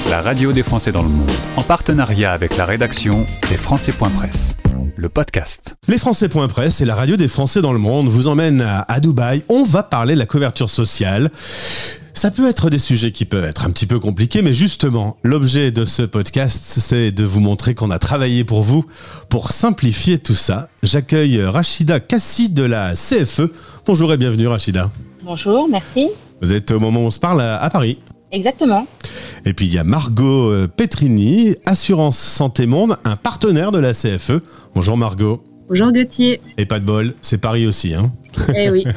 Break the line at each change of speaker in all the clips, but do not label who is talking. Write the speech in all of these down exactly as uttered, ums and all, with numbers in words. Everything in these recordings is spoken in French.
la radio des Français dans le monde, en partenariat avec la rédaction des Français point presse. Le podcast.
Les Français point presse et la radio des Français dans le monde vous emmènent à, à Dubaï. On va parler de la couverture sociale. Ça peut être des sujets qui peuvent être un petit peu compliqués, mais justement, l'objet de ce podcast, c'est de vous montrer qu'on a travaillé pour vous, pour simplifier tout ça. J'accueille Rachida Kassi de la C F E. Bonjour et bienvenue Rachida.
Bonjour, merci.
Vous êtes au moment où on se parle à, à Paris.
Exactement.
Et puis il y a Margot Petrini, Assurance Santé Monde, un partenaire de la C F E. Bonjour Margot.
Bonjour Gauthier.
Et pas de bol, c'est Paris aussi, hein.
Eh oui.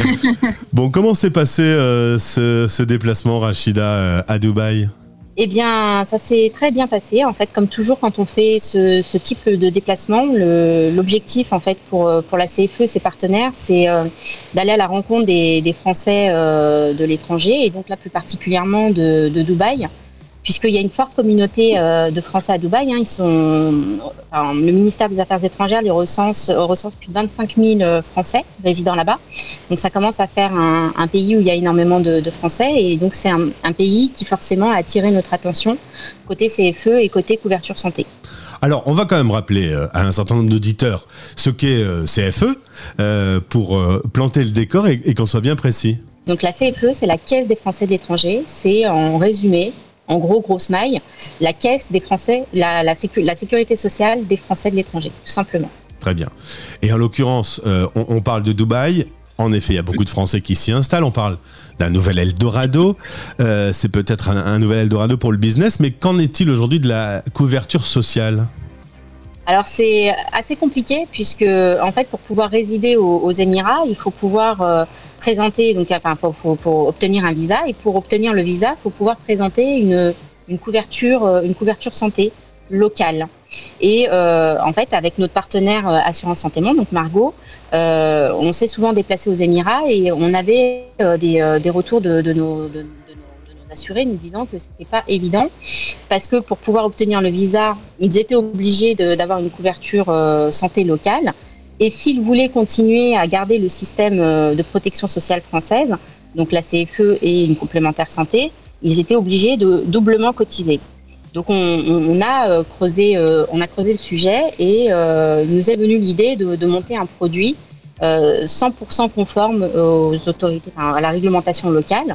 Bon, comment s'est passé euh, ce, ce déplacement, Rachida, euh, à Dubaï ?
Eh bien, ça s'est très bien passé. En fait, comme toujours, quand on fait ce, ce type de déplacement, le, l'objectif, en fait, pour, pour la C F E, ses partenaires, c'est euh, d'aller à la rencontre des, des Français euh, de l'étranger, et donc là, plus particulièrement de, de Dubaï, puisqu'il y a une forte communauté euh, de Français à Dubaï. Hein. Ils sont, enfin, le ministère des Affaires étrangères les recense, recense plus de vingt-cinq mille Français résidant là-bas. Donc ça commence à faire un, un pays où il y a énormément de, de Français, et donc c'est un, un pays qui forcément a attiré notre attention côté C F E et côté couverture santé.
Alors, on va quand même rappeler euh, à un certain nombre d'auditeurs ce qu'est euh, C F E euh, pour euh, planter le décor et, et qu'on soit bien précis.
Donc la C F E, c'est la Caisse des Français de l'étranger. C'est en résumé, en gros, grosse maille, la caisse des Français, la, la, sécu, la sécurité sociale des Français de l'étranger, tout simplement.
Très bien. Et en l'occurrence, euh, on, on parle de Dubaï. En effet, il y a beaucoup de Français qui s'y installent. On parle d'un nouvel Eldorado. Euh, c'est peut-être un, un nouvel Eldorado pour le business, mais qu'en est-il aujourd'hui de la couverture sociale ?
Alors c'est assez compliqué, puisque en fait, pour pouvoir résider aux, aux Émirats, il faut pouvoir euh, présenter, donc enfin, pour, pour, pour obtenir un visa, et pour obtenir le visa, il faut pouvoir présenter une, une couverture, une couverture santé locale. Et euh, en fait, avec notre partenaire euh, Assurance Santé Monde, donc Margot, euh, on s'est souvent déplacé aux Émirats, et on avait euh, des, euh, des retours de, de nos de, assurés nous disant que c'était pas évident, parce que pour pouvoir obtenir le visa, ils étaient obligés de, d'avoir une couverture euh, santé locale, et s'ils voulaient continuer à garder le système euh, de protection sociale française, donc la C F E et une complémentaire santé, ils étaient obligés de doublement cotiser. Donc on, on a euh, creusé, euh, on a creusé le sujet, et euh, il nous est venu l'idée de, de monter un produit euh, cent pour cent conforme aux autorités, enfin, à la réglementation locale.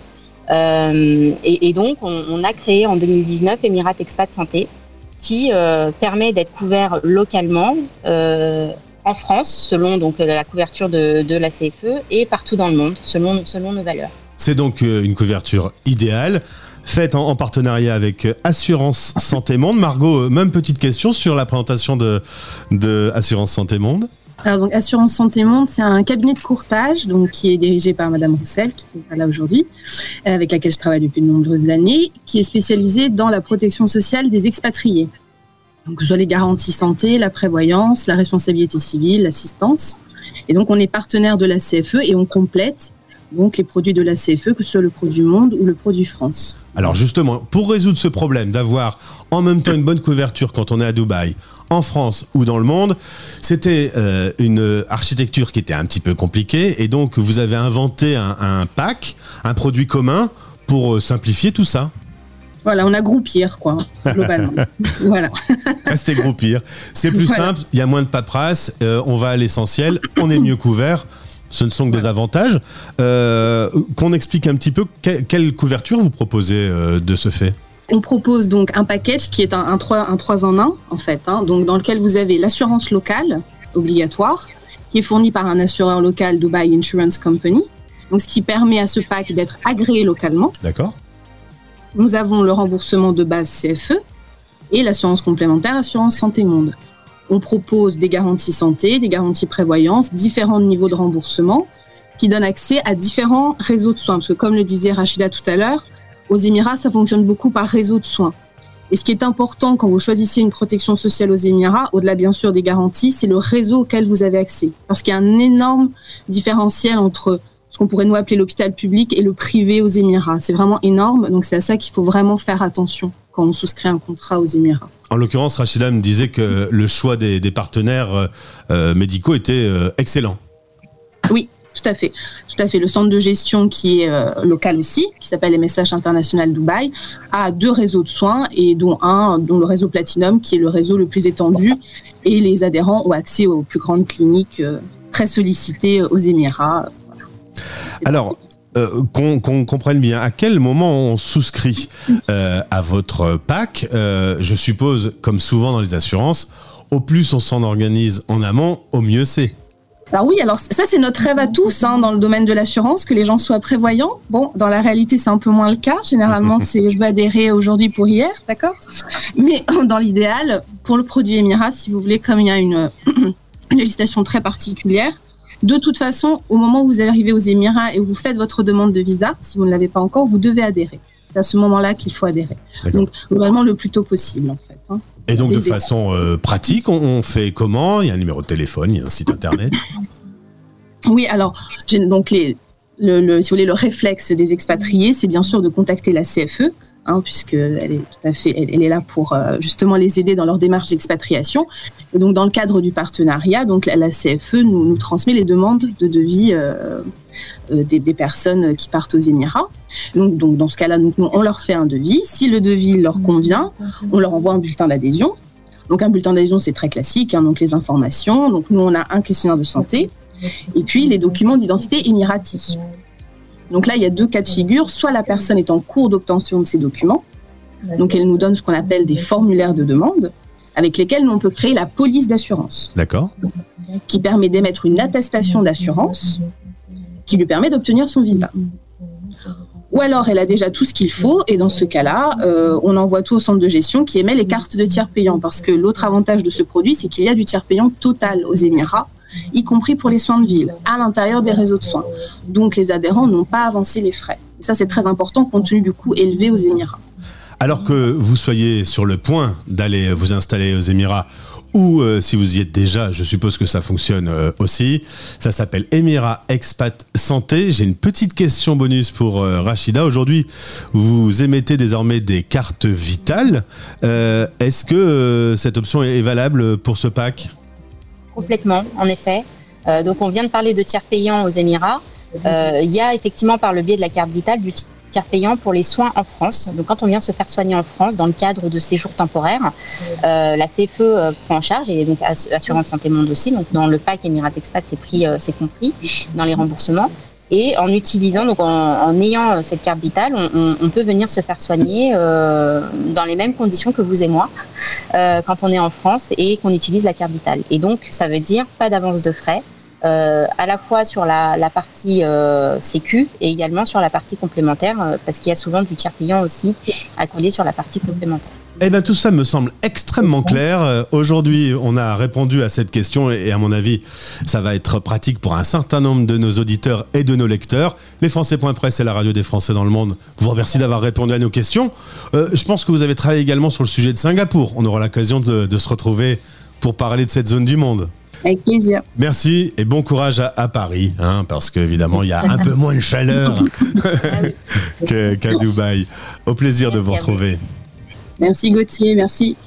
Euh, et, et donc, on, on a créé en deux mille dix-neuf Emirates Expat Santé, qui euh, permet d'être couvert localement euh, en France, selon donc la couverture de, de la C F E, et partout dans le monde, selon, selon nos valeurs.
C'est donc une couverture idéale, faite en, en partenariat avec Assurance Santé Monde. Margot, même petite question sur la présentation de, de Assurance Santé Monde.
Alors donc Assurance Santé Monde, c'est un cabinet de courtage donc qui est dirigé par Madame Roussel, qui est là aujourd'hui, avec laquelle je travaille depuis de nombreuses années, qui est spécialisé dans la protection sociale des expatriés. Donc que ce soit les garanties santé, la prévoyance, la responsabilité civile, l'assistance. Et donc on est partenaire de la C F E et on complète donc les produits de la C F E, que ce soit le produit Monde ou le produit France.
Alors justement, pour résoudre ce problème d'avoir en même temps une bonne couverture quand on est à Dubaï, en France ou dans le monde, c'était euh, une architecture qui était un petit peu compliquée, et donc vous avez inventé un, un pack, un produit commun pour euh, simplifier tout ça.
Voilà, on a Groupir, quoi, globalement. Voilà.
Restez Groupir. C'est plus voilà. simple, il y a moins de paperasse, euh, on va à l'essentiel, on est mieux couvert. Ce ne sont que des avantages. Euh, qu'on explique un petit peu que, quelle couverture vous proposez euh, de ce fait.
On propose donc un package qui est un, un, trois, un trois en un, en fait, hein, donc dans lequel vous avez l'assurance locale obligatoire, qui est fournie par un assureur local, Dubai Insurance Company, donc ce qui permet à ce pack d'être agréé localement.
D'accord.
Nous avons le remboursement de base C F E et l'assurance complémentaire Assurance Santé Monde. On propose des garanties santé, des garanties prévoyance, différents niveaux de remboursement qui donnent accès à différents réseaux de soins. Parce que comme le disait Rachida tout à l'heure, aux Émirats, ça fonctionne beaucoup par réseau de soins. Et ce qui est important quand vous choisissez une protection sociale aux Émirats, au-delà bien sûr des garanties, c'est le réseau auquel vous avez accès. Parce qu'il y a un énorme différentiel entre ce qu'on pourrait nous appeler l'hôpital public et le privé aux Émirats. C'est vraiment énorme, donc c'est à ça qu'il faut vraiment faire attention quand on souscrit un contrat aux Émirats.
En l'occurrence, Rachida me disait que le choix des, des partenaires euh, médicaux était euh, excellent.
Oui, Tout à fait, tout à fait. Le centre de gestion qui est euh, local aussi, qui s'appelle M S H International Dubaï, a deux réseaux de soins et dont un, dont le réseau Platinum, qui est le réseau le plus étendu, et les adhérents ont accès aux plus grandes cliniques euh, très sollicitées aux Émirats. Voilà.
Alors, euh, qu'on, qu'on comprenne bien, à quel moment on souscrit euh, à votre pack ? euh, Je suppose, comme souvent dans les assurances, au plus on s'en organise en amont, au mieux c'est.
Alors oui, alors ça c'est notre rêve à tous hein, dans le domaine de l'assurance, que les gens soient prévoyants. Bon, dans la réalité c'est un peu moins le cas. Généralement c'est je vais adhérer aujourd'hui pour hier, d'accord ? Mais dans l'idéal, pour le produit Émirat, si vous voulez, comme il y a une, une législation très particulière, de toute façon, au moment où vous arrivez aux Émirats et où vous faites votre demande de visa, si vous ne l'avez pas encore, vous devez adhérer. C'est à ce moment-là qu'il faut adhérer. D'accord. Donc vraiment le plus tôt possible en fait. Hein.
Et donc, de façon euh, pratique, on, on fait comment ? Il y a un numéro de téléphone, il y a un site internet.
Oui, alors, j'ai, donc les, le, le, si vous voulez, le réflexe des expatriés, c'est bien sûr de contacter la C F E, hein, puisqu'elle est tout à fait, elle, elle est là pour euh, justement les aider dans leur démarche d'expatriation. Et donc, dans le cadre du partenariat, donc la, la C F E nous, nous transmet les demandes de devis euh, euh, des, des personnes qui partent aux Émirats. Donc, donc dans ce cas-là, nous, on leur fait un devis. Si le devis leur convient, on leur envoie un bulletin d'adhésion. Donc un bulletin d'adhésion, c'est très classique, hein, donc les informations. Donc nous, on a un questionnaire de santé et puis les documents d'identité émiratis. Donc là, il y a deux cas de figure. Soit la personne est en cours d'obtention de ces documents, donc elle nous donne ce qu'on appelle des formulaires de demande, avec lesquels nous, on peut créer la police d'assurance.
D'accord.
Qui permet d'émettre une attestation d'assurance qui lui permet d'obtenir son visa. Ou alors, elle a déjà tout ce qu'il faut, et dans ce cas-là, euh, on envoie tout au centre de gestion qui émet les cartes de tiers payants. Parce que l'autre avantage de ce produit, c'est qu'il y a du tiers payant total aux Émirats, y compris pour les soins de ville, à l'intérieur des réseaux de soins. Donc, les adhérents n'ont pas avancé les frais. Et ça, c'est très important compte tenu du coût élevé aux Émirats.
Alors que vous soyez sur le point d'aller vous installer aux Émirats, ou euh, si vous y êtes déjà, je suppose que ça fonctionne euh, aussi. Ça s'appelle Émirat Expat Santé. J'ai une petite question bonus pour euh, Rachida. Aujourd'hui, vous émettez désormais des cartes vitales. Euh, est-ce que euh, cette option est valable pour ce pack ?
Complètement, en effet. Euh, donc on vient de parler de tiers payants aux Émirats. Euh, il y a effectivement par le biais de la carte vitale du tiers payant pour les soins en France. Donc quand on vient se faire soigner en France dans le cadre de séjours temporaires, euh, la C F E euh, prend en charge, et donc Assurance Santé Monde aussi. Donc dans le pack Émirat Expat, c'est pris, euh, c'est compris dans les remboursements. Et en utilisant, donc en, en ayant cette carte vitale, on, on, on peut venir se faire soigner euh, dans les mêmes conditions que vous et moi euh, quand on est en France et qu'on utilise la carte vitale. Et donc ça veut dire pas d'avance de frais. Euh, à la fois sur la, la partie euh, sécu et également sur la partie complémentaire, euh, parce qu'il y a souvent du tiers payant aussi à coller sur la partie complémentaire.
Eh bien, tout ça me semble extrêmement clair. Euh, aujourd'hui, on a répondu à cette question et, et à mon avis, ça va être pratique pour un certain nombre de nos auditeurs et de nos lecteurs. Les Français point presse et la radio des Français dans le monde vous remercie d'avoir répondu à nos questions. Euh, je pense que vous avez travaillé également sur le sujet de Singapour. On aura l'occasion de, de se retrouver pour parler de cette zone du monde.
Avec plaisir.
Merci et bon courage à, à Paris, hein, parce qu'évidemment, il y a un peu moins de chaleur que, qu'à Dubaï. Au plaisir de vous retrouver.
Merci Gauthier, merci.